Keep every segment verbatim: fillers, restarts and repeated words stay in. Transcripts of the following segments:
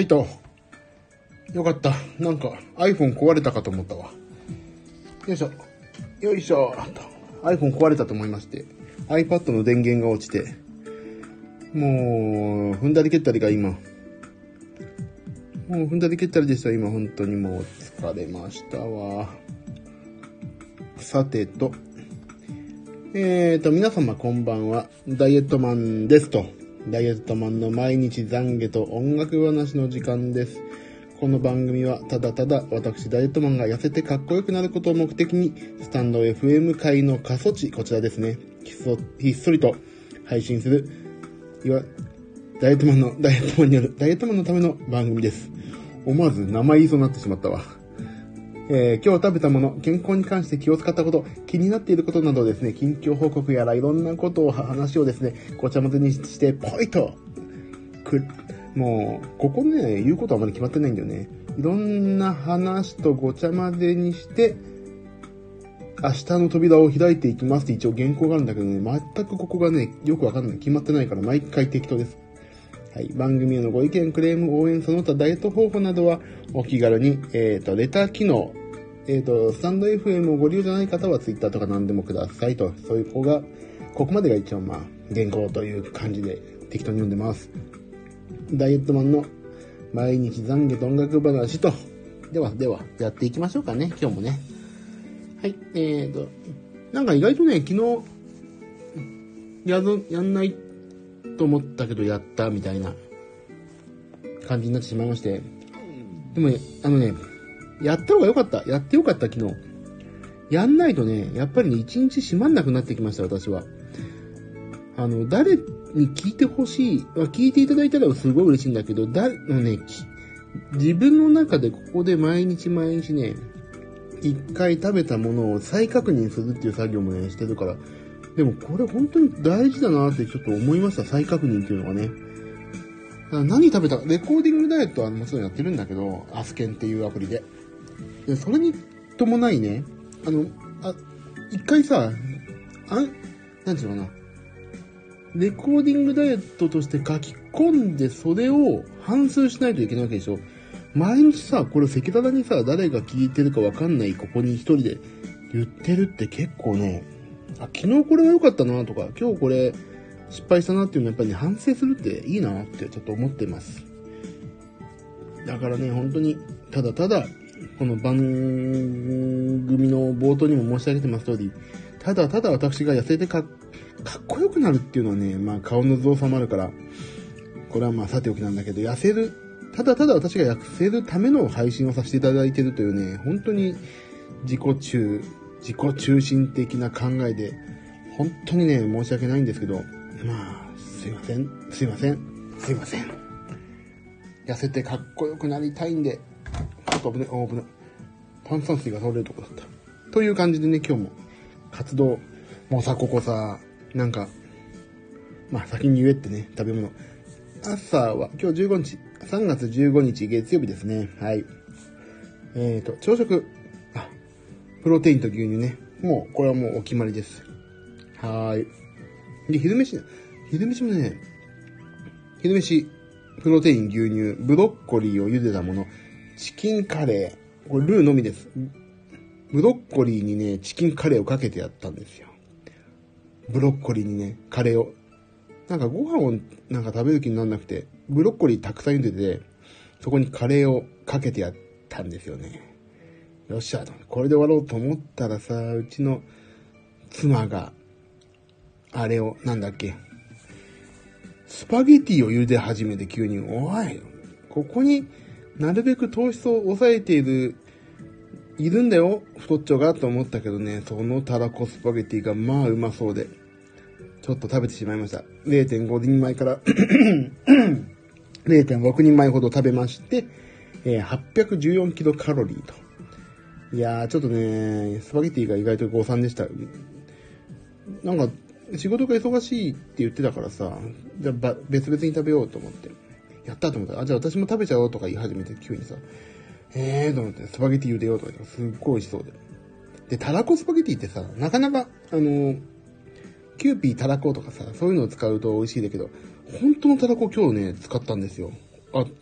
はいと。よかった。なんか iPhone 壊れたかと思ったわ。よいしょ。よいしょ。iPhone 壊れたと思いまして。iPad の電源が落ちて。もう、踏んだり蹴ったりが今。もう踏んだり蹴ったりでした。今、本当にもう疲れましたわ。さてと。えーと、皆様こんばんは。ダイエットマンですと。ダイエットマンの毎日懺悔と音楽話の時間です。この番組はただただ私ダイエットマンが痩せてかっこよくなることを目的にスタンド エフエム 界の過疎地、こちらですね、ひっそ、ひっそりと配信するいわダイエットマンのダイエットマンによるダイエットマンのための番組です。思わず名前言いそうになってしまったわ。えー、今日食べたもの、健康に関して気を使ったこと、気になっていることなどですね、近況報告やらいろんなことを話をですね、ごちゃ混ぜにしてポイとくもうここね、言うことはあまり決まってないんだよね。いろんな話とごちゃ混ぜにして明日の扉を開いていきますって一応原稿があるんだけどね、全くここがねよくわかんない、決まってないから毎回適当です。はい、番組へのご意見、クレーム、応援、その他ダイエット方法などはお気軽に、えっと、レター機能、えっと、スタンド エフエム をご利用じゃない方は Twitter とか何でもくださいと、そういう子が、ここまでが一応まあ、原稿という感じで適当に読んでます。ダイエットマンの毎日懺悔と音楽話と、では、では、やっていきましょうかね、今日もね。はい、えーと、なんか意外とね、昨日、やる、やんないと思ったけどやったみたいな感じになってしまいまして、でもね、あのね、やった方が良かった、やってよかった昨日。やんないとね、やっぱりね、一日閉まんなくなってきました、私は。あの、誰に聞いてほしい、聞いていただいたらすごい嬉しいんだけど、誰のね、自分の中でここで毎日毎日ね、一回食べたものを再確認するっていう作業もね、してるから、でもこれ本当に大事だなってちょっと思いました、再確認っていうのがね。何食べたか、レコーディングダイエットはもちろんやってるんだけど、アスケンっていうアプリで。でそれに伴いね、あの、あ、一回さ、あ、なんていうのかな、レコーディングダイエットとして書き込んで、それを反芻しないといけないわけでしょ。毎日さ、これ赤裸々にさ、誰が聞いてるかわかんない、ここに一人で言ってるって結構ね、あ、昨日これは良かったなとか、今日これ失敗したなっていうのはやっぱり、ね、反省するっていいなってちょっと思ってます。だからね、本当にただただこの番組の冒頭にも申し上げてます通り、ただただ私が痩せてかかっこよくなるっていうのはね、まあ顔の増収もあるから、これはまあさておきなんだけど、痩せる、ただただ私が痩せるための配信をさせていただいているというね、本当に自己中、自己中心的な考えで、本当にね、申し訳ないんですけど、まあ、すいません、すいません、すいません。痩せてかっこよくなりたいんで、ちょっと危ね、危ね、炭酸水が倒れるとこだった。という感じでね、今日も活動、もうさ、ここさ、なんか、まあ先に言えってね、食べ物。朝は、今日じゅうごにち、さんがつじゅうごにち月曜日ですね。はい。えーと、朝食、あ、プロテインと牛乳ね。もう、これはもうお決まりです。はーい。で、昼飯、昼飯もね、昼飯、プロテイン、牛乳、ブロッコリーを茹でたもの、チキンカレー、これルーのみです。ブロッコリーにね、チキンカレーをかけてやったんですよ。ブロッコリーにね、カレーを。なんかご飯をなんか食べる気にならなくて、ブロッコリーたくさん茹でて、そこにカレーをかけてやったんですよね。よっしゃ、これで終わろうと思ったらさ、うちの妻が、あれを、なんだっけ、スパゲティを茹で始めて急に、おい、ここになるべく糖質を抑えている、いるんだよ、太っちょがと思ったけどね、そのたらこスパゲティがまあうまそうで、ちょっと食べてしまいました。れいてんごにんまえかられいてんろくにんまえほど食べまして、えー、はっぴゃくじゅうよんキロカロリーと。いやー、ちょっとね、スパゲティが意外と誤算でした。なんか、仕事が忙しいって言ってたからさ、じゃあ別々に食べようと思って。やったと思ったら、あ、じゃあ私も食べちゃおうとか言い始めて、急にさ、えーと思って、スパゲティ茹でようとか言って、すっごい美味しそうで。で、たらこスパゲティってさ、なかなか、あのー、キューピーたらことかさ、そういうのを使うと美味しいんだけど、本当のたらこ今日ね、使ったんですよ。あって。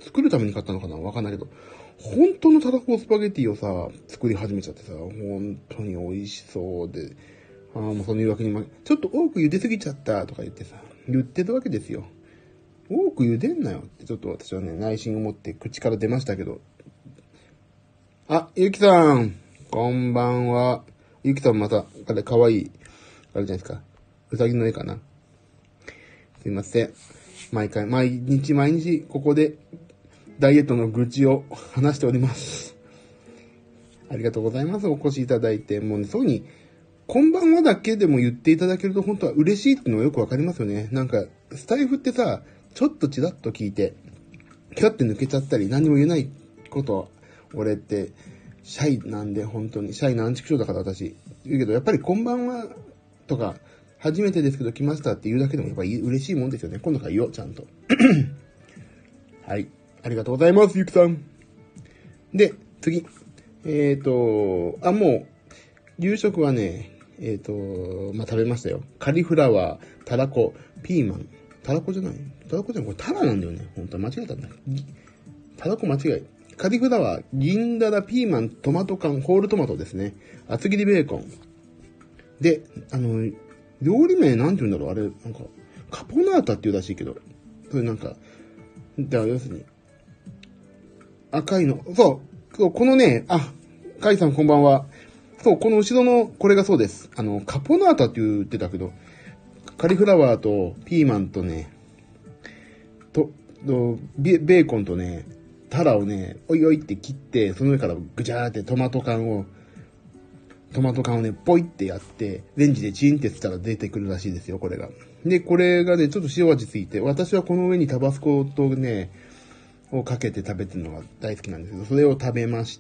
作るために買ったのかなわかんないけど、本当のたらこスパゲティをさ、作り始めちゃってさ、本当に美味しそうで、ああ、もうその誘惑に負け、ちょっと多く茹ですぎちゃったとか言ってさ、言ってるわけですよ。多く茹でんなよってちょっと私はね、内心を持って口から出ましたけど。あ、ゆきさん、こんばんは。ゆきさんまた、あれ、かわいい、あれじゃないですか。うさぎの絵かな。すいません。毎回、毎日毎日、ここで、ダイエットの愚痴を話しております。ありがとうございます。お越しいただいて。もうね、そうに、こんばんはだけでも言っていただけると本当は嬉しいっていうのがよくわかりますよね。なんか、スタイフってさ、ちょっとチラッと聞いて、キャって抜けちゃったり、何も言えないこと、俺って、シャイなんで、本当に。シャイなアンチクショーだから私。言うけど、やっぱりこんばんはとか、初めてですけど来ましたって言うだけでもやっぱり嬉しいもんですよね。今度から言おう、ちゃんと。はい。ありがとうございます、ゆきさん。で、次。えーと、あ、もう、夕食はね、えーと、まあ、食べましたよ。カリフラワー、タラコ、ピーマン。タラコじゃないタラコじゃないこれタラなんだよね。本当は間違えたんだ。タラコ間違い。カリフラワー、銀だら、ピーマン、トマト缶、ホールトマトですね。厚切りベーコン。で、あの、料理名なんて言うんだろうあれ、なんか、カポナータって言うらしいけど。それなんか、だから要するに、赤いの。そう、そう、このね、あ、カイさんこんばんは。そう、この後ろの、これがそうです。あの、カポナータって言ってたけど、カリフラワーとピーマンとね、と、とベベーコンとね、タラをね、おいおいって切って、その上からぐちゃーってトマト缶を、トマト缶をね、ポイってやって、レンジでチンってしたら出てくるらしいですよ、これが。で、これがね、ちょっと塩味ついて、私はこの上にタバスコとね、をかけて食べてるのが大好きなんですけど、それを食べまして、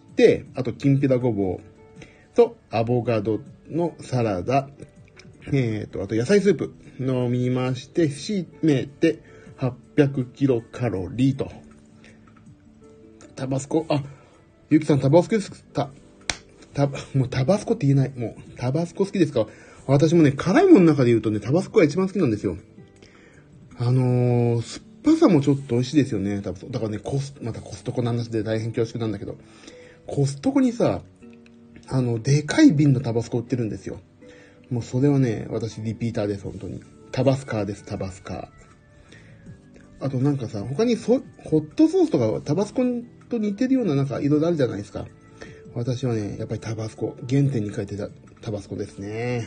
あと、きんぴらごぼうとアボカドのサラダ、えーと、あと野菜スープ飲みまして、締めてはっぴゃくキロカロリーと。タバスコ、あ、ゆきさんタバスコですかた、もうタバスコって言えない。もう、タバスコ好きですか私もね、辛いものの中で言うとね、タバスコが一番好きなんですよ。あのー、酸っぱさもちょっと美味しいですよね、タバスコ。だからね、コス、またコストコの話で大変恐縮なんだけど、コストコにさ、あの、でかい瓶のタバスコ売ってるんですよ。もうそれはね、私リピーターです、本当に。タバスカーです、タバスカー。あとなんかさ、他にソホットソースとかタバスコと似てるようななんか色々あるじゃないですか。私はね、やっぱりタバスコ。原点に書いてたタバスコですね。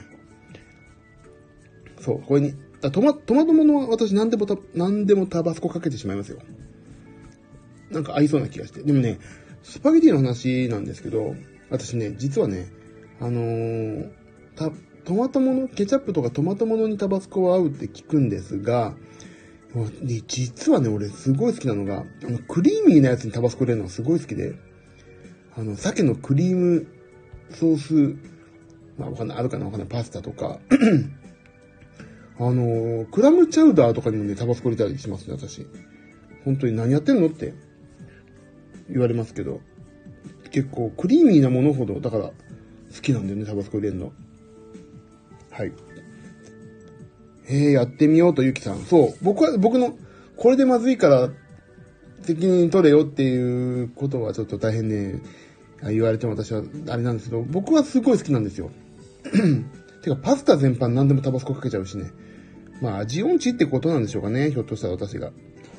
そう、これに、トマ、トマトものは私何でもた、何でもタバスコかけてしまいますよ。なんか合いそうな気がして。でもね、スパゲティの話なんですけど、私ね、実はね、あのー、た、トマトもの、ケチャップとかトマトものにタバスコは合うって聞くんですが、で実はね、俺すごい好きなのが、あの、クリーミーなやつにタバスコ入れるのがすごい好きで、あの、鮭のクリームソース、まあわかんない、あるかなわかんない、パスタとか、あの、クラムチャウダーとかにもね、タバスコ入れたりしますね、私。本当に何やってんのって言われますけど、結構クリーミーなものほど、だから好きなんだよね、タバスコ入れるの。はい。えー、やってみようと、ゆきさん。そう。僕は、僕の、これでまずいから、責任取れよっていうことはちょっと大変ね、言われても私はあれなんですけど、僕はすごい好きなんですよ。てか、パスタ全般何でもタバスコかけちゃうしね。まあ、味音痴ってことなんでしょうかね、ひょっとしたら私が。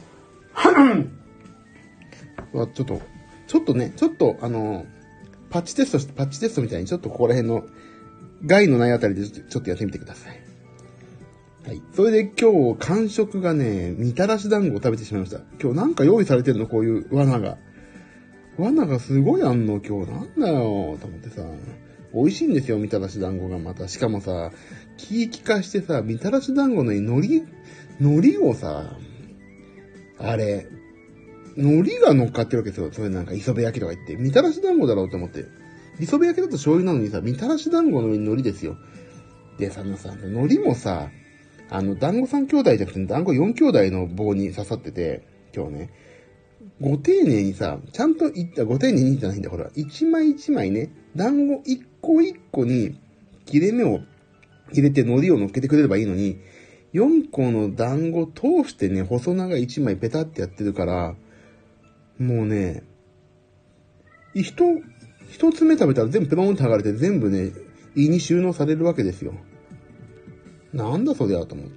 ちょっと、ちょっとね、ちょっと、あの、パッチテストして、パッチテストみたいにちょっとここら辺の害のないあたりでちょっとやってみてください。はい。それで今日、完食がね、みたらし団子を食べてしまいました。今日なんか用意されてるのこういう罠が。罠がすごいあんの今日なんだよと思ってさ。美味しいんですよ、みたらし団子がまた。しかもさ、気利かしてさ、みたらし団子の海苔、海苔をさ、あれ、海苔が乗っかってるわけですよ。それなんか磯辺焼きとか言って。みたらし団子だろうと思って。磯辺焼きだと醤油なのにさ、みたらし団子の上に海苔ですよ。で、さ、のさ、海苔もさ、あの、団子三兄弟じゃなくて、団子四兄弟の棒に刺さってて、今日ね、ご丁寧にさ、ちゃんといった、ご丁寧にじゃないんだ、ほら、一枚一枚ね、団子一個一個に切れ目を入れて海苔を乗っけてくれればいいのに、よんこの団子通してね、細長い一枚ペタってやってるから、 もうね、一、一つ目食べたら全部ペロンって剥がれて全部ね、胃に収納されるわけですよ。なんだそりゃと思って。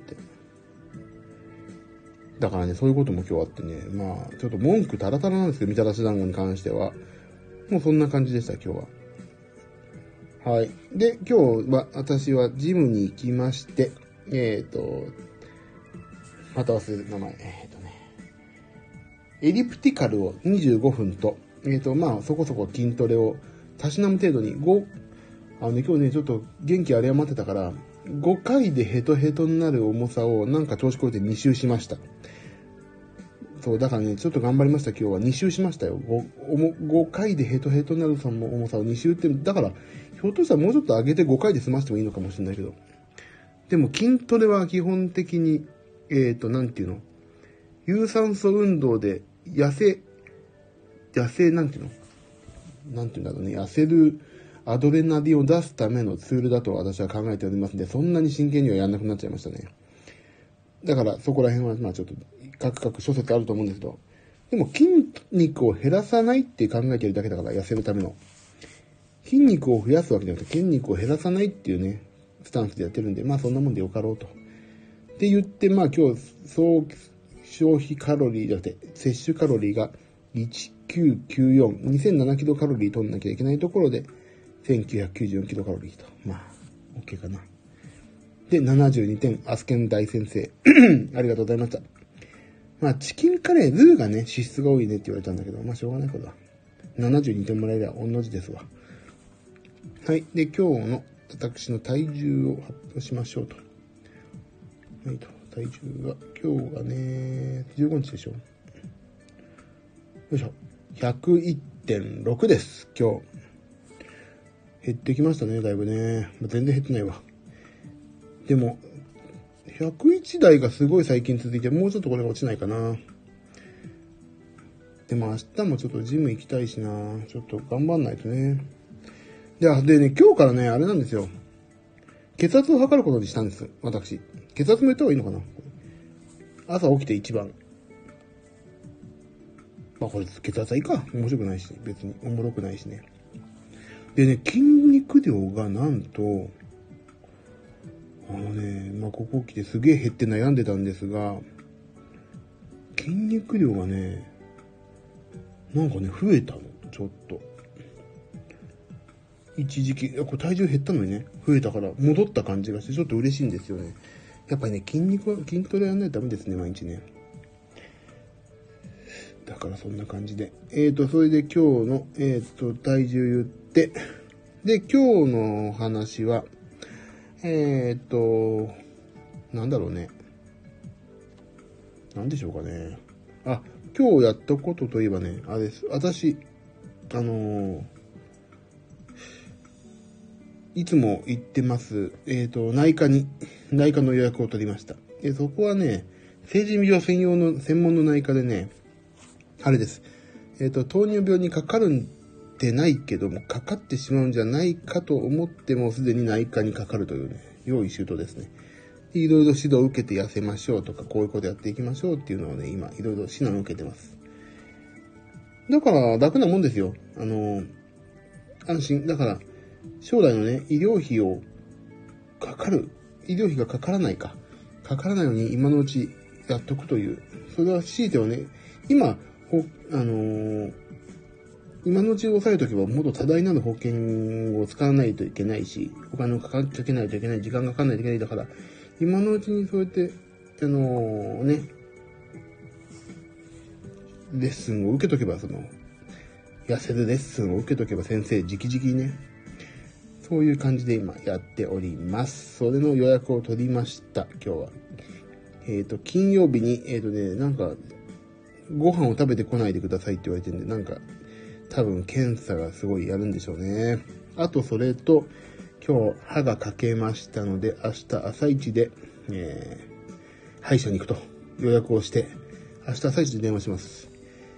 だからね、そういうことも今日あってね、まあ、ちょっと文句タラタラなんですけど、みたらし団子に関しては。もうそんな感じでした、今日は。はい。で、今日は、私はジムに行きまして、えっと、また忘れる名前、えっとね、エリプティカルをにじゅうごふんと、えっと、まあ、そこそこ筋トレをたしなむ程度に、ご、あのね、今日ね、ちょっと元気あれ余ってたから、ごかいでヘトヘトになる重さをなんか調子こいてに周しました。そう、だからね、ちょっと頑張りました、今日は。に周しましたよ。ご、ごかいでヘトヘトになる重さをに周って、だから、ひょっとしたらもうちょっと上げてごかいで済ましてもいいのかもしれないけど。でも筋トレは基本的に、えっ、ー、と、なんていうの？有酸素運動で痩せ、痩せ、なんていうの？なんていうんだろうね、痩せるアドレナリンを出すためのツールだと私は考えておりますので、そんなに真剣にはやんなくなっちゃいましたね。だからそこら辺はまあちょっとカクカク諸説あると思うんですけど、でも筋肉を減らさないって考えてるだけだから、痩せるための。筋肉を増やすわけじゃなくて筋肉を減らさないっていうね、スタンスでやってるんで、まあそんなもんでよかろうと。って言って、まあ今日、総消費カロリーじゃなくて、摂取カロリーがせんきゅうひゃくきゅうじゅうよん、にせんななキロカロリー取んなきゃいけないところで、せんきゅうひゃくきゅうじゅうよんキロカロリーと。まあ、OK かな。で、ななじゅうにてん、アスケン大先生。ありがとうございました。まあ、チキンカレー、ルーがね、脂質が多いねって言われたんだけど、まあ、しょうがないことだ。ななじゅうにてんもらえれば同じですわ。はい。で、今日の私の体重を発表しましょうと。はいと。体重が、今日がね、じゅうごにちでしょ。よいしょ。ひゃくいってんろく です、今日。減ってきましたね、だいぶね。全然減ってないわ。でも、ひゃくいちだいがすごい最近続いて、もうちょっとこれが落ちないかな。でも明日もちょっとジム行きたいしな。ちょっと頑張んないとね。で、でね、今日からね、あれなんですよ。血圧を測ることにしたんです、私。血圧も言った方がいいのかな。朝起きて一番。まあこれ血圧はいいか。面白くないし、別におもろくないしね。でね、筋肉量がなんと、あのね、まあここ来てすげえ減って悩んでたんですが、筋肉量がね、なんかね、増えたの、ちょっと。一時期、これ体重減ったのにね、増えたから戻った感じがしてちょっと嬉しいんですよね。やっぱりね、筋肉は、筋トレやらないとダメですね、毎日ね。だからそんな感じで。えーと、それで今日の、えーと、体重言って、で、今日の話は、えーと、なんだろうね。なんでしょうかね。あ、今日やったことといえばね、あれです。私、あのー、いつも行ってます、えっと、内科に、内科の予約を取りました。で、そこはね、成人病専用の、専門の内科でね、あれです。えっと、糖尿病にかかるんでないけども、かかってしまうんじゃないかと思っても、すでに内科にかかるというね、用意周到ですね。いろいろ指導を受けて痩せましょうとか、こういうことやっていきましょうっていうのをね、今、いろいろ指南を受けてます。だから、楽なもんですよ。あの、安心。だから、将来のね、医療費をかかる、医療費がかからないか、かからないように今のうちやっとくという、それは強いてはね、今、ほあのー、今のうち抑えとけばもっと多大なる保険を使わないといけないし、お金をかかけないといけない、時間がかかんないといけないだから、今のうちにそうやって、あのー、ね、レッスンを受けとけば、その、痩せるレッスンを受けとけば先生、直々にね、そういう感じで今やっております。それの予約を取りました、今日は。えっ、ー、と、金曜日に、えっ、ー、とね、なんか、ご飯を食べてこないでくださいって言われてるんで、なんか、多分検査がすごいやるんでしょうね。あと、それと、今日歯が欠けましたので、明日朝一で、えー、歯医者に行くと予約をして、明日朝一で電話します。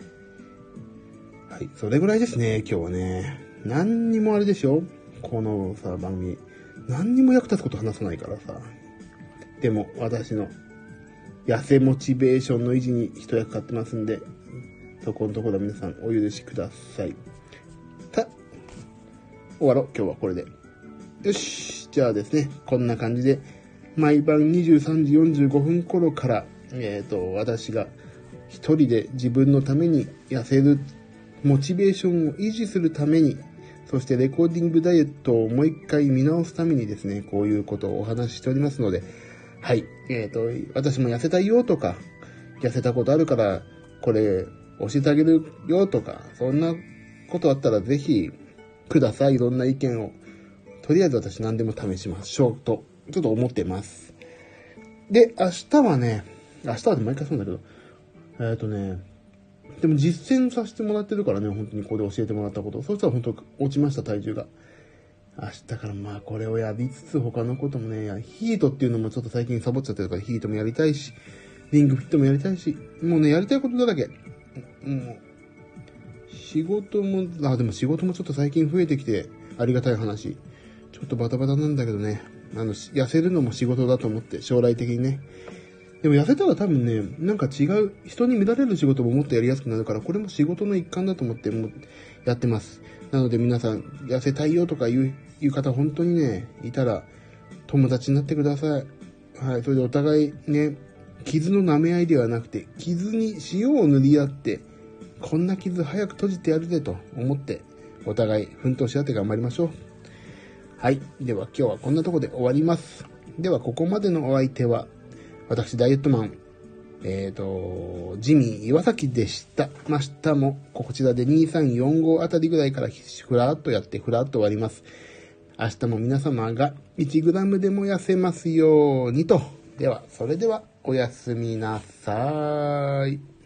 はい、それぐらいですね、今日はね。何にもあれでしょ？このさ、番組。何にも役立つこと話さないからさ。でも、私の痩せモチベーションの維持に一役買ってますんで、 そこのところは皆さんお許しください。た、終わろう。今日はこれで。よし。じゃあですね、こんな感じで、毎晩にじゅうさんじよんじゅうごふん頃から、えっと、私が一人で自分のために痩せる、モチベーションを維持するために、そしてレコーディングダイエットをもう一回見直すためにですね、こういうことをお話ししておりますので、はい。えっと、私も痩せたいよとか、痩せたことあるから、これ教えてあげるよとか、そんなことあったらぜひください。いろんな意見を。とりあえず私何でも試しましょうと、ちょっと思ってます。で、明日はね、明日は毎回そうなんだけど、えっとね、でも実践させてもらってるからね、本当にここで教えてもらったこと。そしたら本当落ちました、体重が。明日からまあこれをやりつつ他のこともね、ヒートっていうのもちょっと最近サボっちゃってるからヒートもやりたいし、リングフィットもやりたいし、もうね、やりたいことだらけ。もう、仕事も、あ、でも仕事もちょっと最近増えてきて、ありがたい話。ちょっとバタバタなんだけどね、あの、痩せるのも仕事だと思って、将来的にね。でも痩せたら多分ね、なんか違う、人に乱れる仕事ももっとやりやすくなるから、これも仕事の一環だと思って、もう、やってます。なので皆さん、痩せたいよとかいう、いう方、本当にね、いたら、友達になってください。はい、それでお互いね、傷の舐め合いではなくて、傷に塩を塗り合って、こんな傷早く閉じてやるぜと思って、お互い奮闘し合って頑張りましょう。はい。では今日はこんなところで終わります。ではここまでのお相手は、私ダイエットマン、えっと、ジミー岩崎でした。明日もこちらでにさんよんごあたりぐらいからふらっとやってふらっと終わります。明日も皆様がいちグラムでも痩せますようにと。では、それではおやすみなさーい。